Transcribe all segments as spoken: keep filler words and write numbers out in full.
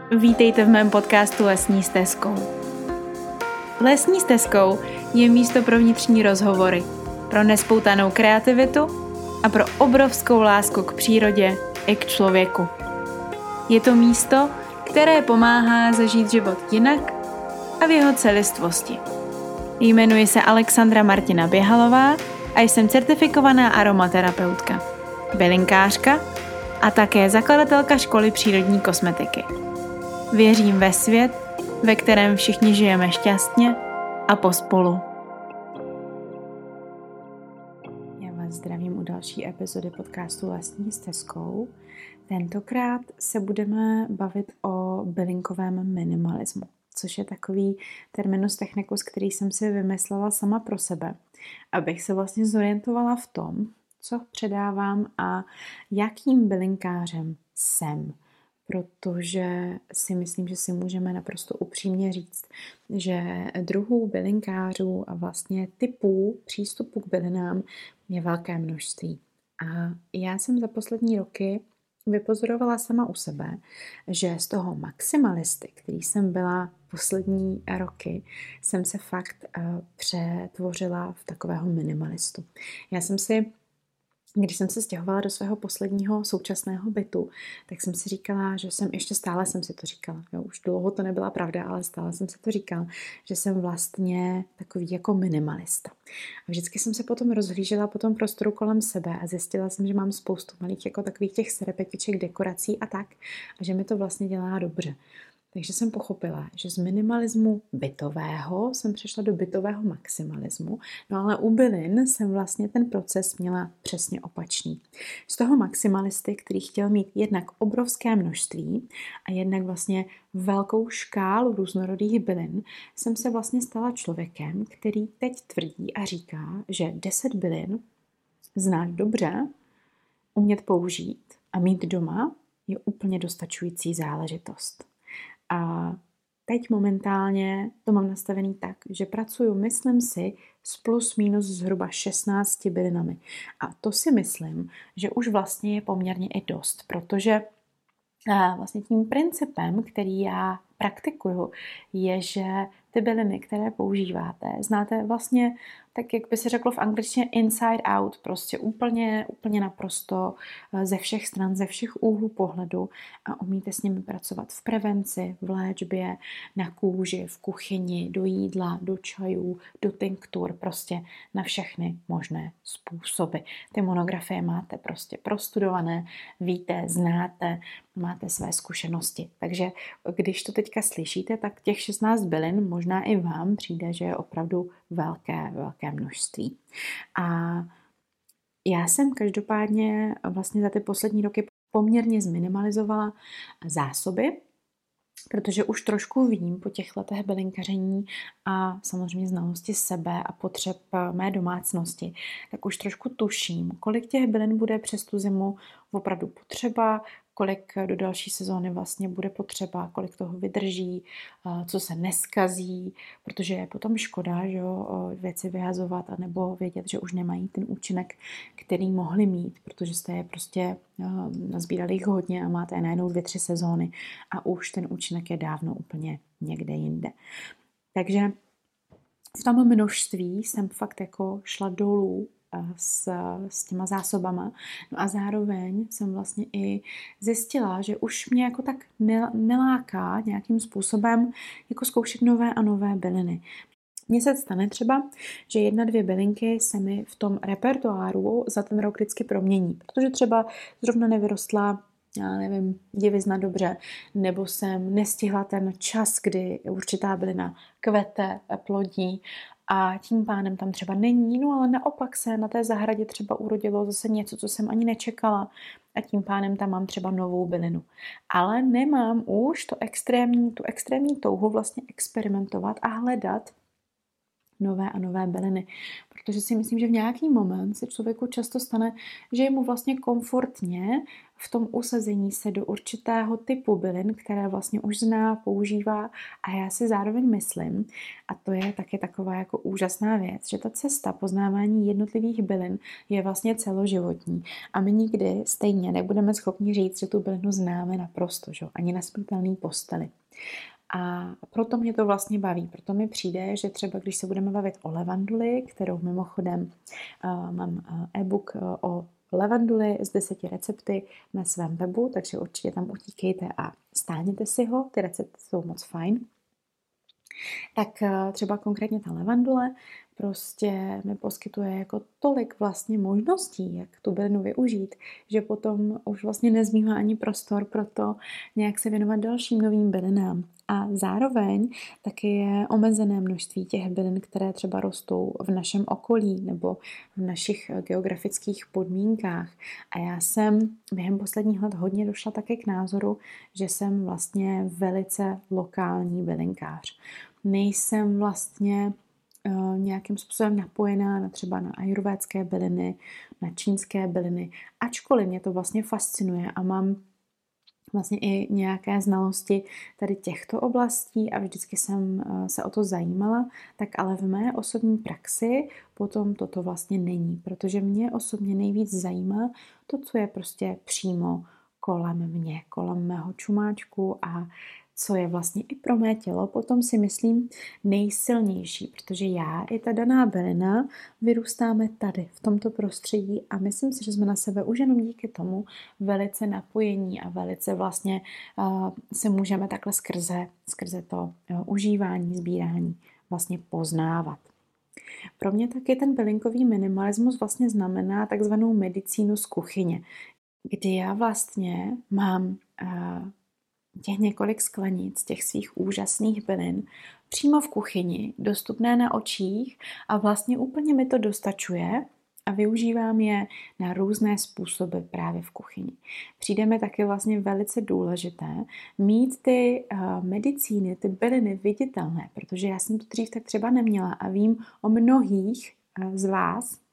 Vítejte v mém podcastu Lesní stezkou. Lesní stezkou je místo pro vnitřní rozhovory, pro nespoutanou kreativitu a pro obrovskou lásku k přírodě i k člověku. Je to místo, které pomáhá zažít život jinak a v jeho celistvosti. Jmenuji se Alexandra Martina Běhalová a jsem certifikovaná aromaterapeutka, bylinkářka a také zakladatelka školy přírodní kosmetiky. Věřím ve svět, ve kterém všichni žijeme šťastně a pospolu. Já vás zdravím u další epizody podcastu Lesní stezkou. Tentokrát se budeme bavit o bylinkovém minimalismu, což je takový terminus technicus, který jsem si vymyslela sama pro sebe, abych se vlastně zorientovala v tom, co předávám a jakým bylinkářem jsem. Protože si myslím, že si můžeme naprosto upřímně říct, že druhů bylinkářů a vlastně typů přístupu k bylinám je velké množství. A já jsem za poslední roky vypozorovala sama u sebe, že z toho maximalisty, který jsem byla poslední roky, jsem se fakt přetvořila v takového minimalistu. Já jsem si Když jsem se stěhovala do svého posledního současného bytu, tak jsem si říkala, že jsem, ještě stále jsem si to říkala, jo, už dlouho to nebyla pravda, ale stále jsem si to říkala, že jsem vlastně takový jako minimalista. A vždycky jsem se potom rozhlížela po tom prostoru kolem sebe a zjistila jsem, že mám spoustu malých jako takových těch serepetiček, dekorací a tak, a že mi to vlastně dělá dobře. Takže jsem pochopila, že z minimalismu bytového jsem přešla do bytového maximalismu, no ale u bylin jsem vlastně ten proces měla přesně opačný. Z toho maximalisty, který chtěl mít jednak obrovské množství a jednak vlastně velkou škálu různorodých bylin, jsem se vlastně stala člověkem, který teď tvrdí a říká, že deset bylin znát dobře, umět použít a mít doma je úplně dostačující záležitost. A teď momentálně to mám nastavený tak, že pracuju, myslím si, s plus minus zhruba šestnácti bylinami. A to si myslím, že už vlastně je poměrně i dost, protože vlastně tím principem, který já praktikuju, je, že ty byliny, které používáte, znáte vlastně, tak jak by se řeklo v angličtině inside out, prostě úplně, úplně naprosto ze všech stran, ze všech úhlů pohledu a umíte s nimi pracovat v prevenci, v léčbě, na kůži, v kuchyni, do jídla, do čajů, do tinktur, prostě na všechny možné způsoby. Ty monografie máte prostě prostudované, víte, znáte, máte své zkušenosti. Takže když to teďka slyšíte, tak těch šestnáct bylin možná i vám přijde, že je opravdu velké, velké množství. A já jsem každopádně vlastně za ty poslední roky poměrně zminimalizovala zásoby, protože už trošku vím po těch letech bylinkaření a samozřejmě znalosti sebe a potřeb mé domácnosti, tak už trošku tuším, kolik těch bylin bude přes tu zimu opravdu potřeba, kolik do další sezóny vlastně bude potřeba, kolik toho vydrží, co se neskazí, protože je potom škoda, že jo, věci vyhazovat anebo vědět, že už nemají ten účinek, který mohli mít, protože jste je prostě nazbírali jich hodně a máte je najednou dvě, tři sezóny a už ten účinek je dávno úplně někde jinde. Takže v tom množství jsem fakt jako šla dolů S, s těma zásobama. No a zároveň jsem vlastně i zjistila, že už mě jako tak neláká nějakým způsobem jako zkoušet nové a nové byliny. Mně se stane třeba, že jedna, dvě bylinky se mi v tom repertoáru za ten rok vždycky promění, protože třeba zrovna nevyrostla, já nevím, divizna dobře, nebo jsem nestihla ten čas, kdy určitá bylina kvete, plodí, a tím pádem tam třeba není, no ale naopak se na té zahradě třeba urodilo zase něco, co jsem ani nečekala a tím pádem tam mám třeba novou bylinu. Ale nemám už to extrémní, tu extrémní touhu vlastně experimentovat a hledat nové a nové byliny. Protože si myslím, že v nějaký moment se člověku často stane, že je mu vlastně komfortně v tom usazení se do určitého typu bylin, které vlastně už zná, používá a já si zároveň myslím, a to je taky taková jako úžasná věc, že ta cesta poznávání jednotlivých bylin je vlastně celoživotní a my nikdy stejně nebudeme schopni říct, že tu bylinu známe naprosto, že? Ani na smrtelný posteli. A proto mě to vlastně baví, proto mi přijde, že třeba když se budeme bavit o levanduli, kterou mimochodem uh, mám uh, e-book uh, o levanduli s deseti recepty na svém webu, takže určitě tam utíkejte a stáhněte si ho, ty recepty jsou moc fajn. Tak uh, třeba konkrétně ta levandule prostě mi poskytuje jako tolik vlastně možností, jak tu bylinu využít, že potom už vlastně nezbývá ani prostor pro to nějak se věnovat dalším novým bylinám. A zároveň taky je omezené množství těch bylin, které třeba rostou v našem okolí nebo v našich geografických podmínkách. A já jsem během posledních let hodně došla také k názoru, že jsem vlastně velice lokální bylinkář. Nejsem vlastně nějakým způsobem napojená na třeba na ajurvédské byliny, na čínské byliny, ačkoliv mě to vlastně fascinuje a mám vlastně i nějaké znalosti tady těchto oblastí a vždycky jsem se o to zajímala, tak ale v mé osobní praxi potom toto vlastně není, protože mě osobně nejvíc zajímá to, co je prostě přímo kolem mě, kolem mého čumáčku a co je vlastně i pro mé tělo, potom si myslím nejsilnější, protože já i ta daná bylina vyrůstáme tady, v tomto prostředí a myslím si, že jsme na sebe už jenom díky tomu velice napojení a velice vlastně uh, se můžeme takhle skrze, skrze to uh, užívání, sbírání vlastně poznávat. Pro mě taky ten bylinkový minimalismus vlastně znamená takzvanou medicínu z kuchyně, kdy já vlastně mám uh, těch několik sklenic, těch svých úžasných bylin přímo v kuchyni, dostupné na očích a vlastně úplně mi to dostačuje a využívám je na různé způsoby právě v kuchyni. Přijde mi taky vlastně velice důležité mít ty uh, medicíny, ty byliny viditelné, protože já jsem to dřív tak třeba neměla a vím o mnohých uh, z vás,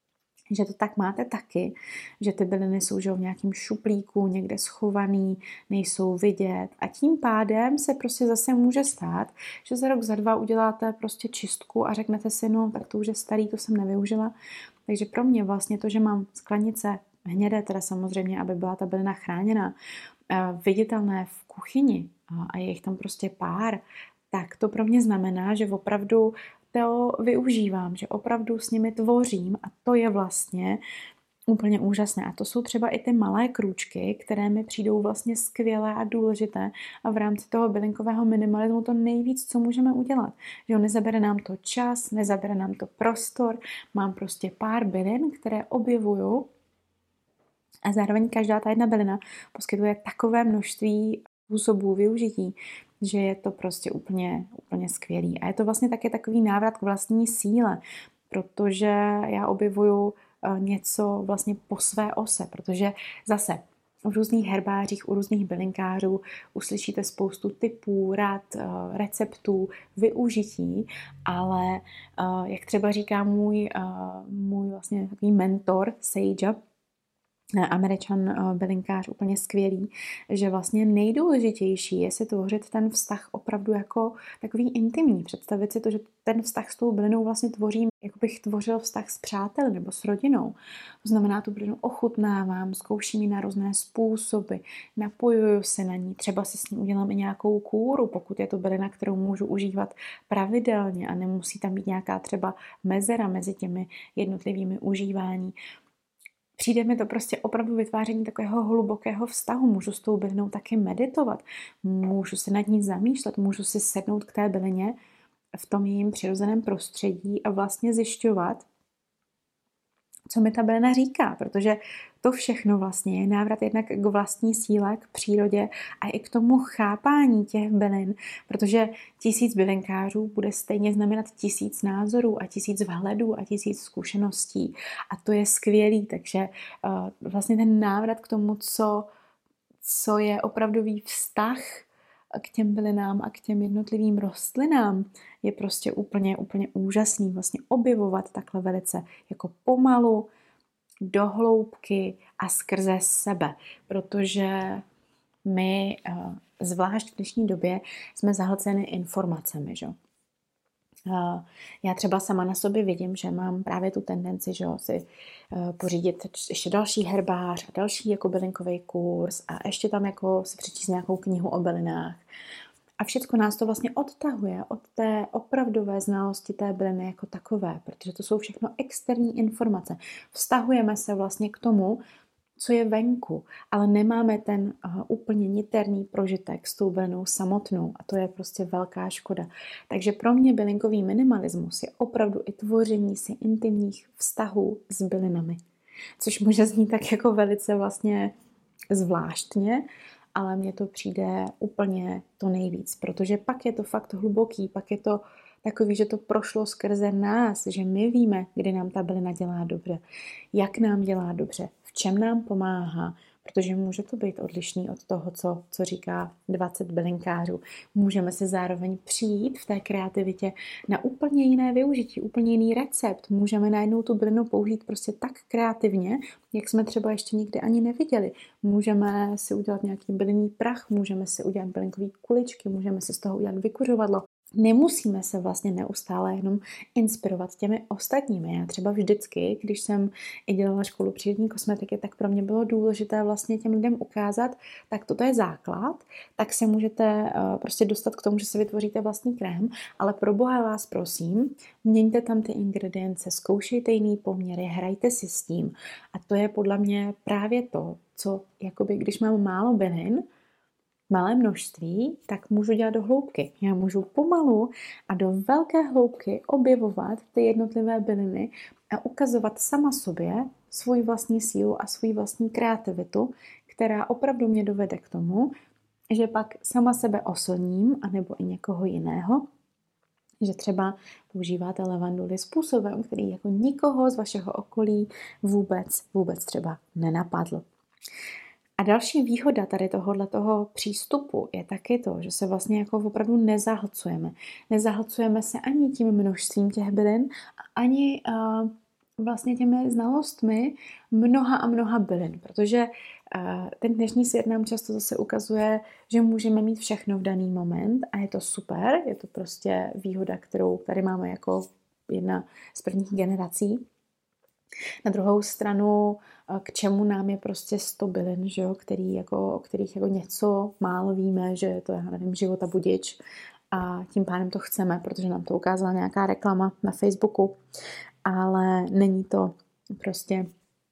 že to tak máte taky, že ty byliny jsou že v nějakém šuplíku, někde schovaný, nejsou vidět a tím pádem se prostě zase může stát, že za rok, za dva uděláte prostě čistku a řeknete si, no tak to už je starý, to jsem nevyužila. Takže pro mě vlastně to, že mám sklenice hnědé, teda samozřejmě, aby byla ta bylina chráněná, viditelné v kuchyni a je jich tam prostě pár, tak to pro mě znamená, že opravdu to využívám, že opravdu s nimi tvořím a to je vlastně úplně úžasné. A to jsou třeba i ty malé krůčky, které mi přijdou vlastně skvělé a důležité a v rámci toho bylinkového minimalismu to nejvíc, co můžeme udělat. Že nezabere nám to čas, nezabere nám to prostor, mám prostě pár bylin, které objevuju a zároveň každá ta jedna bylina poskytuje takové množství způsobů využití, že je to prostě úplně, úplně skvělý. A je to vlastně také takový návrat k vlastní síle, protože já objevuju něco vlastně po své ose, protože zase v různých herbářích, u různých bylinkářů uslyšíte spoustu typů, rad, receptů, využití, ale jak třeba říká můj, můj vlastně takový mentor Sage, Američan bylinkář, úplně skvělý, že vlastně nejdůležitější je si tvořit ten vztah opravdu jako takový intimní. Představit si to, že ten vztah s tou bylinou vlastně tvořím, jako bych tvořil vztah s přáteli nebo s rodinou. To znamená, tu bylinu ochutnávám, zkouším ji na různé způsoby, napojuju se na ní, třeba si s ní udělám i nějakou kůru, pokud je to bylina, kterou můžu užívat pravidelně a nemusí tam být nějaká třeba mezera mezi těmi jednotlivými užívání. Přijde mi to prostě opravdu vytváření takového hlubokého vztahu. Můžu s tou bylinou taky meditovat, můžu se nad ní zamýšlet, můžu si sednout k té bylině v tom jejím přirozeném prostředí a vlastně zjišťovat, co mi ta bylina říká, protože to všechno vlastně je návrat jednak k vlastní síle, k přírodě a i k tomu chápání těch bylin, protože tisíc bylinkářů bude stejně znamenat tisíc názorů a tisíc vhledů a tisíc zkušeností a to je skvělý, takže uh, vlastně ten návrat k tomu, co, co je opravdový vztah k těm bylinám a k těm jednotlivým rostlinám, je prostě úplně, úplně úžasný vlastně objevovat takhle velice jako pomalu, do hloubky a skrze sebe, protože my, zvlášť v dnešní době, jsme zahlceni informacemi, že? Já třeba sama na sobě vidím, že mám právě tu tendenci, že si pořídit ještě další herbář a další jako bylinkový kurz a ještě tam jako si přečíst nějakou knihu o bylinách. A všechno nás to vlastně odtahuje od té opravdové znalosti té byliny jako takové, protože to jsou všechno externí informace. Vztahujeme se vlastně k tomu, co je venku, ale nemáme ten uh, úplně niterný prožitek s tou bylinou samotnou a to je prostě velká škoda. Takže pro mě bylinkový minimalismus je opravdu i tvoření si intimních vztahů s bylinami, což může znít tak jako velice vlastně zvláštně, ale mně to přijde úplně to nejvíc, protože pak je to fakt hluboký, pak je to takový, že to prošlo skrze nás, že my víme, kdy nám ta bylina dělá dobře, jak nám dělá dobře, v čem nám pomáhá, protože může to být odlišný od toho, co, co říká dvacet bylinkářů. Můžeme se zároveň přijít v té kreativitě na úplně jiné využití, úplně jiný recept. Můžeme najednou tu bylinu použít prostě tak kreativně, jak jsme třeba ještě nikdy ani neviděli. Můžeme si udělat nějaký bylinný prach, můžeme si udělat bylinkové kuličky, můžeme si z toho udělat vykuřovadlo. Nemusíme se vlastně neustále jenom inspirovat těmi ostatními. Já třeba vždycky, když jsem i dělala školu přírodní kosmetiky, tak pro mě bylo důležité vlastně těm lidem ukázat, tak toto je základ, tak se můžete uh, prostě dostat k tomu, že si vytvoříte vlastní krém, ale pro boha vás prosím, měňte tam ty ingredience, zkoušejte jiný poměry, hrajte si s tím. A to je podle mě právě to, co jakoby, když mám málo bylin, malé množství, tak můžu dělat do hloubky. Já můžu pomalu a do velké hloubky objevovat ty jednotlivé byliny a ukazovat sama sobě svůj vlastní sílu a svůj vlastní kreativitu, která opravdu mě dovede k tomu, že pak sama sebe oslním, anebo i někoho jiného, že třeba používáte levanduli způsobem, který jako nikoho z vašeho okolí vůbec, vůbec třeba nenapadl. A další výhoda tady tohoto přístupu je taky to, že se vlastně jako opravdu nezahlcujeme. Nezahlcujeme se ani tím množstvím těch bylin, ani uh, vlastně těmi znalostmi mnoha a mnoha bylin, protože uh, ten dnešní svět nám často zase ukazuje, že můžeme mít všechno v daný moment a je to super, je to prostě výhoda, kterou tady máme jako jedna z prvních generací. Na druhou stranu, k čemu nám je prostě sto bylin, že jo, který jako, o kterých jako něco málo víme, že to je, nevím, život a budič a tím pádem to chceme, protože nám to ukázala nějaká reklama na Facebooku, ale není to prostě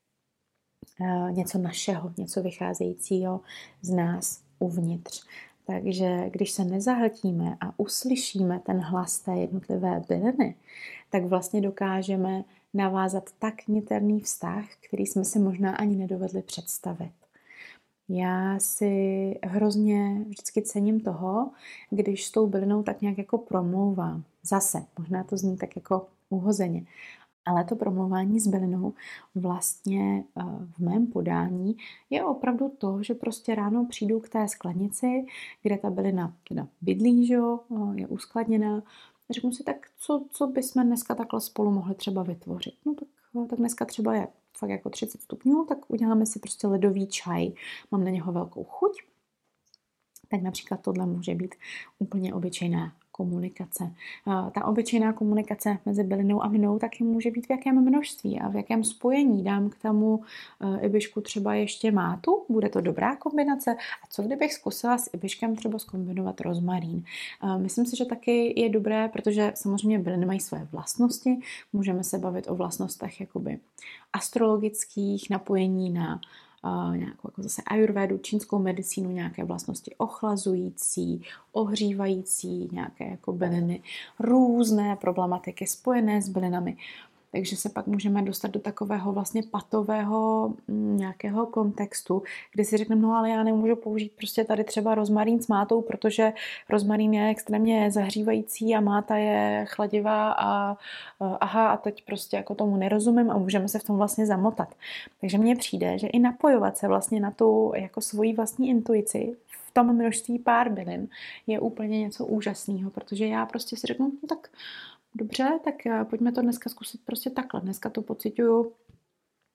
uh, něco našeho, něco vycházejícího z nás uvnitř. Takže když se nezahltíme a uslyšíme ten hlas té jednotlivé byliny, tak vlastně dokážeme navázat tak niterný vztah, který jsme si možná ani nedovedli představit. Já si hrozně vždycky cením toho, když s tou bylinou tak nějak jako promlouvám. Zase, možná to zní tak jako uhozeně, ale to promlouvání s bylinou vlastně v mém podání je opravdu to, že prostě ráno přijdu k té skladnici, kde ta bylina teda bydlí, že jo, je uskladněná. Řeknu si, tak co, co bychom dneska takhle spolu mohli třeba vytvořit. No tak, tak dneska třeba je fakt jako třicet stupňů, tak uděláme si prostě ledový čaj. Mám na něho velkou chuť. Tak například tohle může být úplně obyčejná komunikace. Ta obyčejná komunikace mezi bylinou a mnou taky může být v jakém množství a v jakém spojení. Dám k tomu ibišku třeba ještě mátu, bude to dobrá kombinace. A co kdybych zkusila s ibiškem třeba zkombinovat rozmarín? Myslím si, že taky je dobré, protože samozřejmě byliny mají své vlastnosti. Můžeme se bavit o vlastnostech jakoby astrologických, napojení na Uh, nějakou jako zase ajurvédu, čínskou medicínu, nějaké vlastnosti ochlazující, ohřívající, nějaké jako byliny, různé problematiky spojené s bylinami. Takže se pak můžeme dostat do takového vlastně patového nějakého kontextu, kde si řekneme, no ale já nemůžu použít prostě tady třeba rozmarín s mátou, protože rozmarín je extrémně zahřívající a máta je chladivá a aha, a teď prostě jako tomu nerozumím a můžeme se v tom vlastně zamotat. Takže mně přijde, že i napojovat se vlastně na tu jako svoji vlastní intuici v tom množství pár bylin je úplně něco úžasného, protože já prostě si řeknu, no tak dobře, tak pojďme to dneska zkusit prostě takhle. Dneska to pociťuju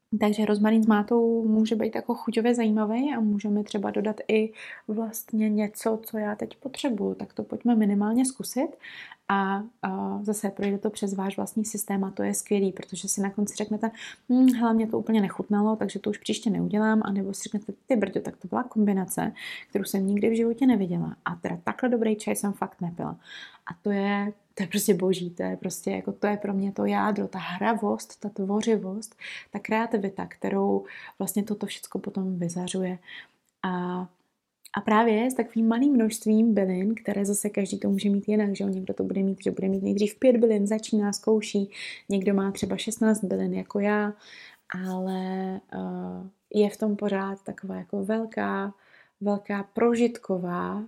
Takže rozmarín s mátou může být jako chuťově zajímavý a můžeme třeba dodat i vlastně něco, co já teď potřebuju. Tak to pojďme minimálně zkusit a, a zase projde to přes váš vlastní systém a to je skvělý, protože si na konci řeknete, hm, hele, mě to úplně nechutnalo, takže to už příště neudělám, anebo si řeknete, ty brďo, tak to byla kombinace, kterou jsem nikdy v životě neviděla a teda takhle dobrý čaj jsem fakt nepila. A to je To je prostě boží, to je prostě jako to je pro mě to jádro, ta hravost, ta tvořivost, ta kreativita, kterou vlastně toto všechno potom vyzařuje. A, a právě s takovým malým množstvím bylin, které zase každý to může mít jinak, že jo? Někdo to bude mít, že bude mít nejdřív pět bylin, začíná, zkouší, někdo má třeba šestnáct bylin jako já, ale uh, je v tom pořád taková jako velká, velká prožitková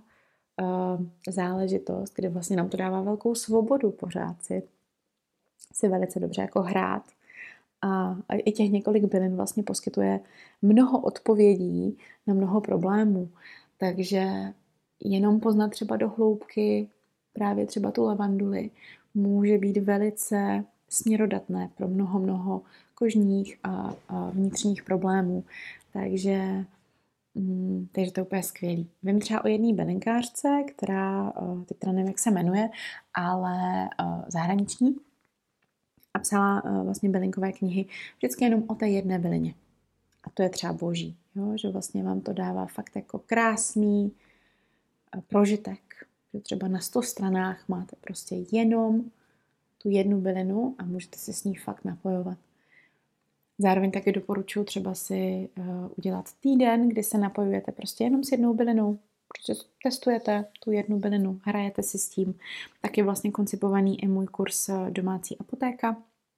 záležitost, kde vlastně nám to dává velkou svobodu pořád si, si velice dobře jako hrát. A i těch několik bylin vlastně poskytuje mnoho odpovědí na mnoho problémů. Takže jenom poznat třeba do hloubky právě třeba tu lavanduli může být velice směrodatné pro mnoho, mnoho kožních a, a vnitřních problémů. Takže Mm, takže to je úplně skvělý. Vím třeba o jedné bylinkářce, která, teď teda nevím, jak se jmenuje, ale zahraniční a psala vlastně bylinkové knihy vždycky jenom o té jedné bylině. A to je třeba boží, jo? Že vlastně vám to dává fakt jako krásný prožitek. Že třeba na sto stranách máte prostě jenom tu jednu bylinu a můžete si s ní fakt napojovat. Zároveň taky doporučuji třeba si uh, udělat týden, kdy se napojujete prostě jenom s jednou bylinou. Prostě testujete tu jednu bylinu, hrajete si s tím. Tak je vlastně koncipovaný i můj kurz Domácí apotéka,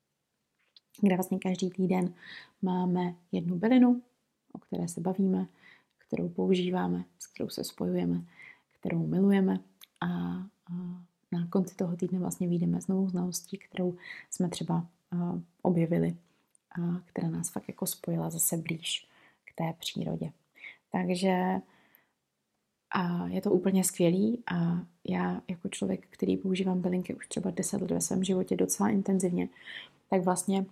kde vlastně každý týden máme jednu bylinu, o které se bavíme, kterou používáme, s kterou se spojujeme, kterou milujeme a, a na konci toho týdne vlastně vyjdeme s novou znalostí, kterou jsme třeba uh, objevili a která nás fakt jako spojila zase blíž k té přírodě. Takže a je to úplně skvělý a já jako člověk, který používám bylinky už třeba deset let ve svém životě docela intenzivně, tak vlastně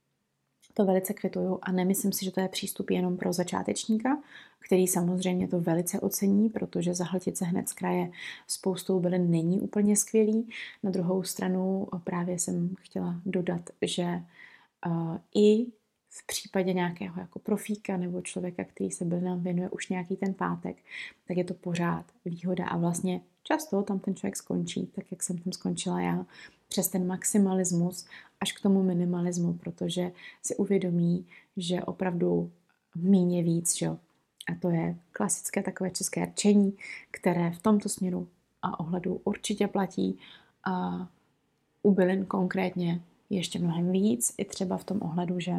to velice kvituju a nemyslím si, že to je přístup jenom pro začátečníka, který samozřejmě to velice ocení, protože zahltit se hned z kraje spoustou bylin není úplně skvělý. Na druhou stranu právě jsem chtěla dodat, že Uh, i v případě nějakého jako profíka nebo člověka, který se bylinám věnuje už nějaký ten pátek, tak je to pořád výhoda a vlastně často tam ten člověk skončí, tak jak jsem tam skončila já, přes ten maximalismus až k tomu minimalismu, protože si uvědomí, že opravdu míně víc, že? A to je klasické takové české rčení, které v tomto směru a ohledu určitě platí a u bylin konkrétně ještě mnohem víc, i třeba v tom ohledu, že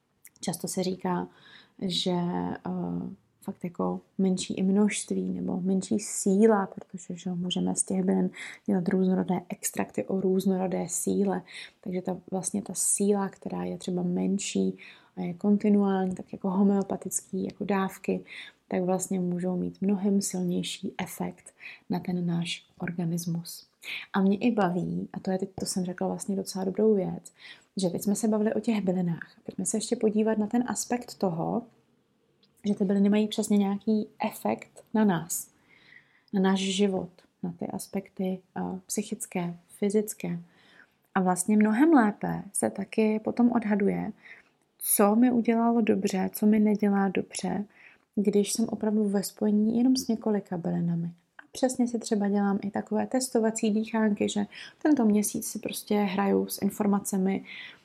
často se říká, že uh, fakt jako menší i množství nebo menší síla, protože že můžeme z těch bylin dělat různorodé extrakty o různorodé síle, takže ta vlastně ta síla, která je třeba menší a je kontinuální, tak jako homeopatický, jako dávky, tak vlastně můžou mít mnohem silnější efekt na ten náš organismus. A mě i baví, a to je teď, to jsem řekla vlastně docela dobrou věc, že teď jsme se bavili o těch bylinách. Pojďme se ještě podívat na ten aspekt toho, že ty byliny mají přesně nějaký efekt na nás, na náš život, na ty aspekty uh, psychické, fyzické. A vlastně mnohem lépe se taky potom odhaduje, co mi udělalo dobře, co mi nedělá dobře, když jsem opravdu ve spojení jenom s několika bylinami. Přesně si třeba dělám i takové testovací dýchánky, že tento měsíc si prostě hraju s informacemi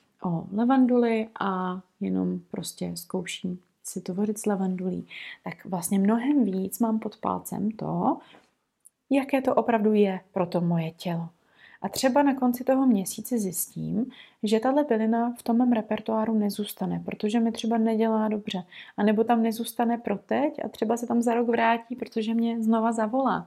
o lavanduli a jenom prostě zkouším si to vařit s lavandulí. Tak vlastně mnohem víc mám pod palcem to, jaké to opravdu je pro to moje tělo. A třeba na konci toho měsíce zjistím, že tahle bylina v tom mém repertoáru nezůstane, protože mi třeba nedělá dobře. A nebo tam nezůstane pro teď a třeba se tam za rok vrátí, protože mě znova zavolá.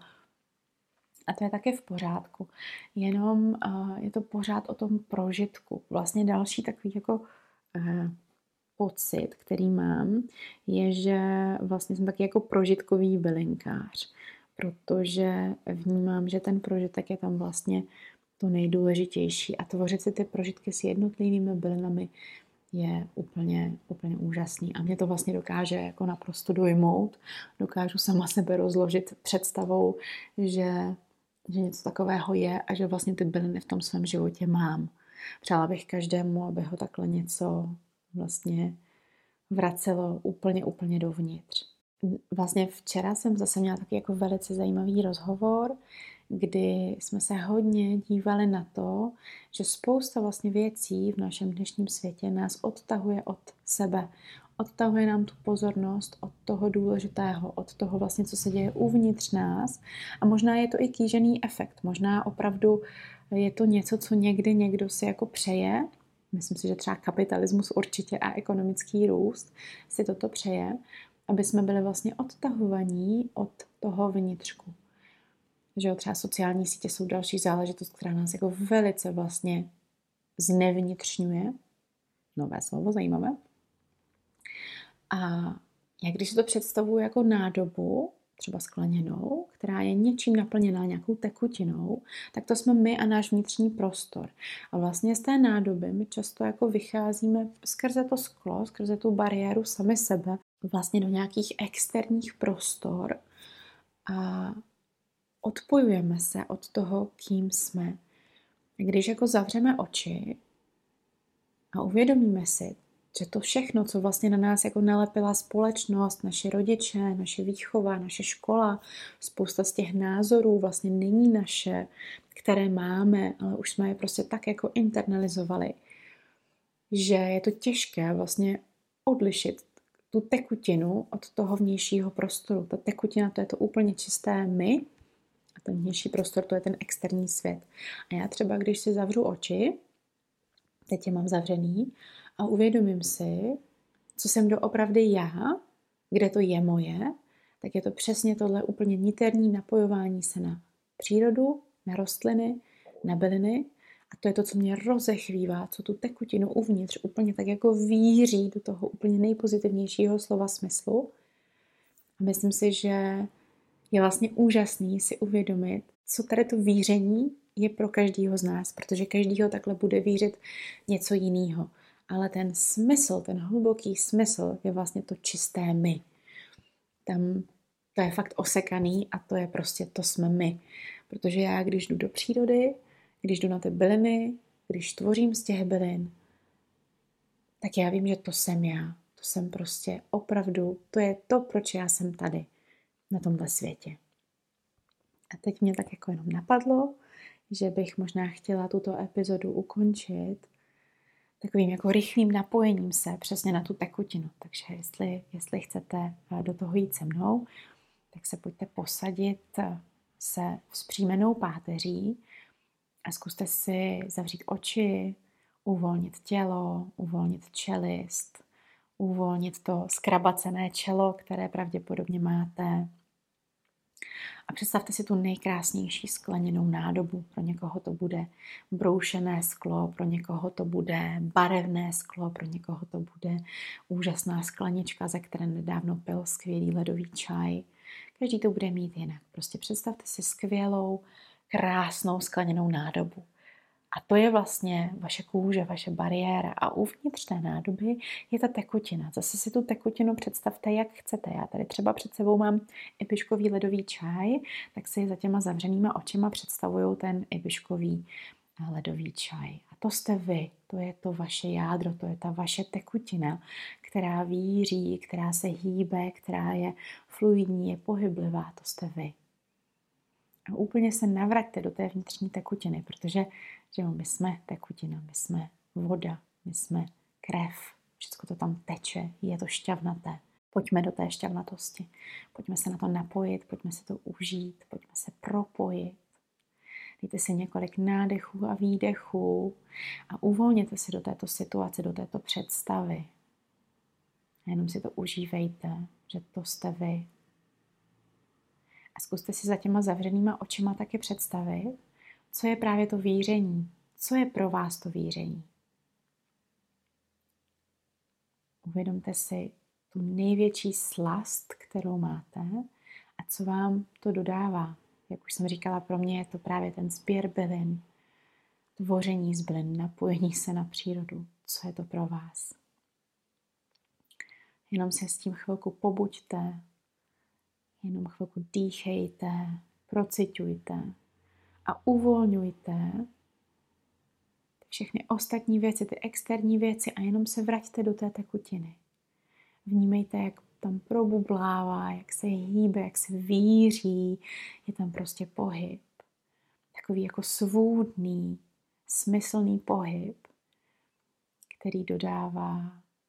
A to je také v pořádku. Jenom uh, je to pořád o tom prožitku. Vlastně další takový jako uh, pocit, který mám, je, že vlastně jsem taky jako prožitkový bylinkář. Protože vnímám, že ten prožitek je tam vlastně to nejdůležitější. A tvořit si ty prožitky s jednotlivými bylinami je úplně, úplně úžasný. A mě to vlastně dokáže jako naprosto dojmout. Dokážu sama sebe rozložit představou, že, že něco takového je a že vlastně ty byliny v tom svém životě mám. Přála bych každému, aby ho takhle něco vlastně vracelo úplně, úplně dovnitř. Vlastně včera jsem zase měla taky jako velice zajímavý rozhovor, kdy jsme se hodně dívali na to, že spousta vlastně věcí v našem dnešním světě nás odtahuje od sebe. Odtahuje nám tu pozornost od toho důležitého, od toho vlastně, co se děje uvnitř nás. A možná je to i kýžený efekt. Možná opravdu je to něco, co někdy někdo si jako přeje. Myslím si, že třeba kapitalismus určitě a ekonomický růst si toto přeje, aby jsme byli vlastně odtahovaní od toho vnitřku. Že jo, třeba sociální sítě jsou další záležitost, která nás jako velice vlastně znevnitřňuje. Nové slovo, zajímavé. A já když si to představuji jako nádobu, třeba skleněnou, která je něčím naplněná, nějakou tekutinou, tak to jsme my a náš vnitřní prostor. A vlastně z té nádoby my často jako vycházíme skrze to sklo, skrze tu bariéru sami sebe, vlastně do nějakých externích prostor a odpojujeme se od toho, kým jsme. Když jako zavřeme oči a uvědomíme si, že to všechno, co vlastně na nás jako nalepila společnost, naši rodiče, naše výchova, naše škola, spousta z těch názorů vlastně není naše, které máme, ale už jsme je prostě tak jako internalizovali, že je to těžké vlastně odlišit tu tekutinu od toho vnějšího prostoru. Ta tekutina, to je to úplně čisté my a ten vnější prostor, to je ten externí svět. A já třeba, když si zavřu oči, teď je mám zavřený, a uvědomím si, co jsem doopravdy já, kde to je moje, tak je to přesně tohle úplně niterní napojování se na přírodu, na rostliny, na byliny. A to je to, co mě rozechvívá, co tu tekutinu uvnitř úplně tak jako víří do toho úplně nejpozitivnějšího slova smyslu. A myslím si, že je vlastně úžasný si uvědomit, co tady to víření je pro každýho z nás, protože každýho takhle bude vířit něco jiného. Ale ten smysl, ten hluboký smysl je vlastně to čisté my. Tam to je fakt osekaný a to je prostě, to jsme my. Protože já, když jdu do přírody, když jdu na ty byliny, když tvořím z těch bylin, tak já vím, že to jsem já. To jsem prostě opravdu, to je to, proč já jsem tady, na tomhle světě. A teď mě tak jako jenom napadlo, že bych možná chtěla tuto epizodu ukončit takovým jako rychlým napojením se přesně na tu tekutinu. Takže jestli, jestli chcete do toho jít se mnou, tak se pojďte posadit se vzpřímenou páteří a zkuste si zavřít oči, uvolnit tělo, uvolnit čelist, uvolnit to skrabacené čelo, které pravděpodobně máte. A představte si tu nejkrásnější skleněnou nádobu. Pro někoho to bude broušené sklo, pro někoho to bude barevné sklo, pro někoho to bude úžasná sklenička, ze které nedávno pil skvělý ledový čaj. Každý to bude mít jinak. Prostě představte si skvělou, krásnou skleněnou nádobu. A to je vlastně vaše kůže, vaše bariéra. A uvnitř té nádoby je ta tekutina. Zase si tu tekutinu představte, jak chcete. Já tady třeba před sebou mám ibiškový ledový čaj, tak si za těma zavřenýma očima představuju ten ibiškový ledový čaj. A to jste vy, to je to vaše jádro, to je ta vaše tekutina, která víří, která se hýbe, která je fluidní, je pohyblivá, to jste vy. A úplně se navraťte do té vnitřní tekutiny, protože že jo, my jsme tekutina, my jsme voda, my jsme krev, všechno to tam teče, je to šťavnaté. Pojďme do té šťavnatosti, pojďme se na to napojit, pojďme si to užít, pojďme se propojit. Dejte si několik nádechů a výdechů a uvolněte si do této situace, do této představy. A jenom si to užívejte, že to jste vy. A zkuste si za těma zavřenýma očima taky představit, co je právě to víření, co je pro vás to víření. Uvědomte si tu největší slast, kterou máte a co vám to dodává. Jak už jsem říkala, pro mě je to právě ten sběr bylin, tvoření z bylin, napojení se na přírodu. Co je to pro vás? Jenom se s tím chvilku pobuďte, jenom chvilku dýchejte, prociťujte a uvolňujte všechny ostatní věci, ty externí věci a jenom se vraťte do té tekutiny. Vnímejte, jak tam probublává, jak se hýbe, jak se víří, je tam prostě pohyb. Takový jako svůdný, smyslný pohyb, který dodává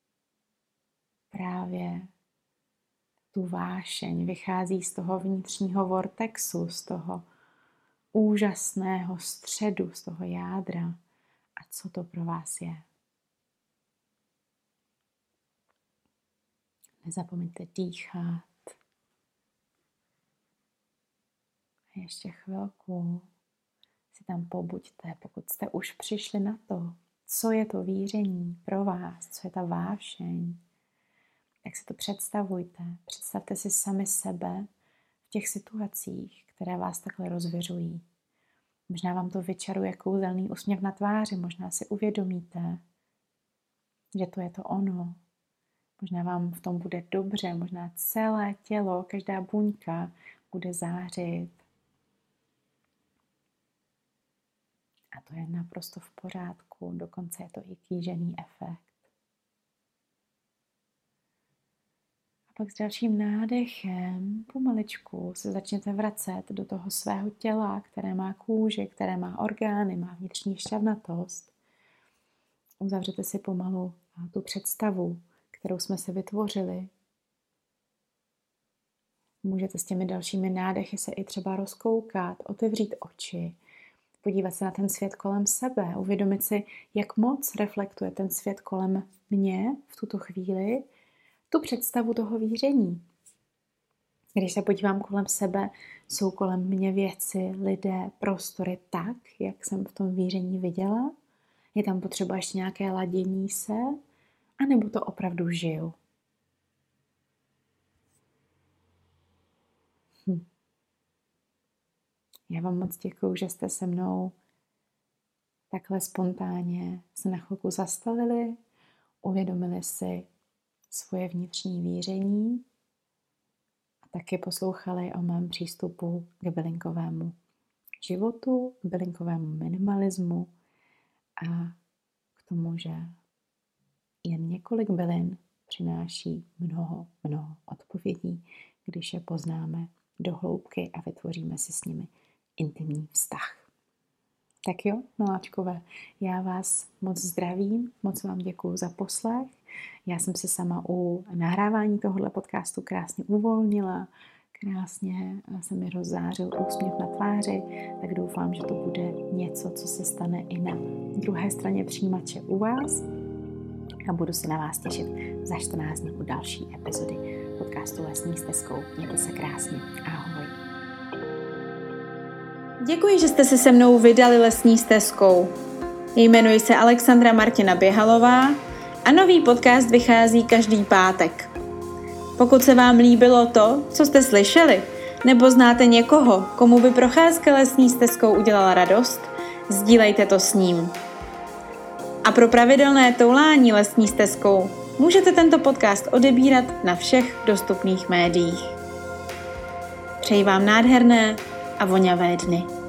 právě tu vášeň, vychází z toho vnitřního vortexu, z toho úžasného středu, z toho jádra. A co to pro vás je? Nezapomeňte dýchat. A ještě chvilku si tam pobuďte, pokud jste už přišli na to, co je to víření pro vás, co je ta vášeň. Jak si to představujte. Představte si sami sebe v těch situacích, které vás takhle rozviřují. Možná vám to vyčaruje kouzelný úsměv na tváři, možná si uvědomíte, že to je to ono. Možná vám v tom bude dobře, možná celé tělo, každá buňka bude zářit. A to je naprosto v pořádku, dokonce je to i kýžený efekt. A pak s dalším nádechem pomaličku se začněte vracet do toho svého těla, které má kůži, které má orgány, má vnitřní šťavnatost. Uzavřete si pomalu tu představu, kterou jsme si vytvořili. Můžete s těmi dalšími nádechy se i třeba rozkoukat, otevřít oči, podívat se na ten svět kolem sebe, uvědomit si, jak moc reflektuje ten svět kolem mě v tuto chvíli, tu představu toho víření. Když se podívám kolem sebe, jsou kolem mě věci, lidé, prostory tak, jak jsem v tom víření viděla? Je tam potřeba ještě nějaké ladění se? A nebo to opravdu žiju? Hm. Já vám moc děkuju, že jste se mnou takhle spontánně se na chvilku zastavili, uvědomili si svoje vnitřní víření a taky poslouchali o mém přístupu k bylinkovému životu, k bylinkovému minimalismu a k tomu, že jen několik bylin přináší mnoho, mnoho odpovědí, když je poznáme do hloubky a vytvoříme si s nimi intimní vztah. Tak jo, miláčkové, já vás moc zdravím, moc vám děkuju za poslech. Já jsem se sama u nahrávání tohohle podcastu krásně uvolnila, krásně se mi rozzářil úsměv na tváři, tak doufám, že to bude něco, co se stane i na druhé straně přijímače u vás. A budu se na vás těšit za čtrnáct dní u další epizody podcastu Lesní stezkou. Mějte se krásně. Ahoj. Děkuji, že jste se se mnou vydali lesní stezkou. Jmenuji se Alexandra Martina Běhalová a nový podcast vychází každý pátek. Pokud se vám líbilo to, co jste slyšeli, nebo znáte někoho, komu by procházka lesní stezkou udělala radost, sdílejte to s ním. A pro pravidelné toulání lesní stezkou můžete tento podcast odebírat na všech dostupných médiích. Přeji vám nádherné a voňavé dny.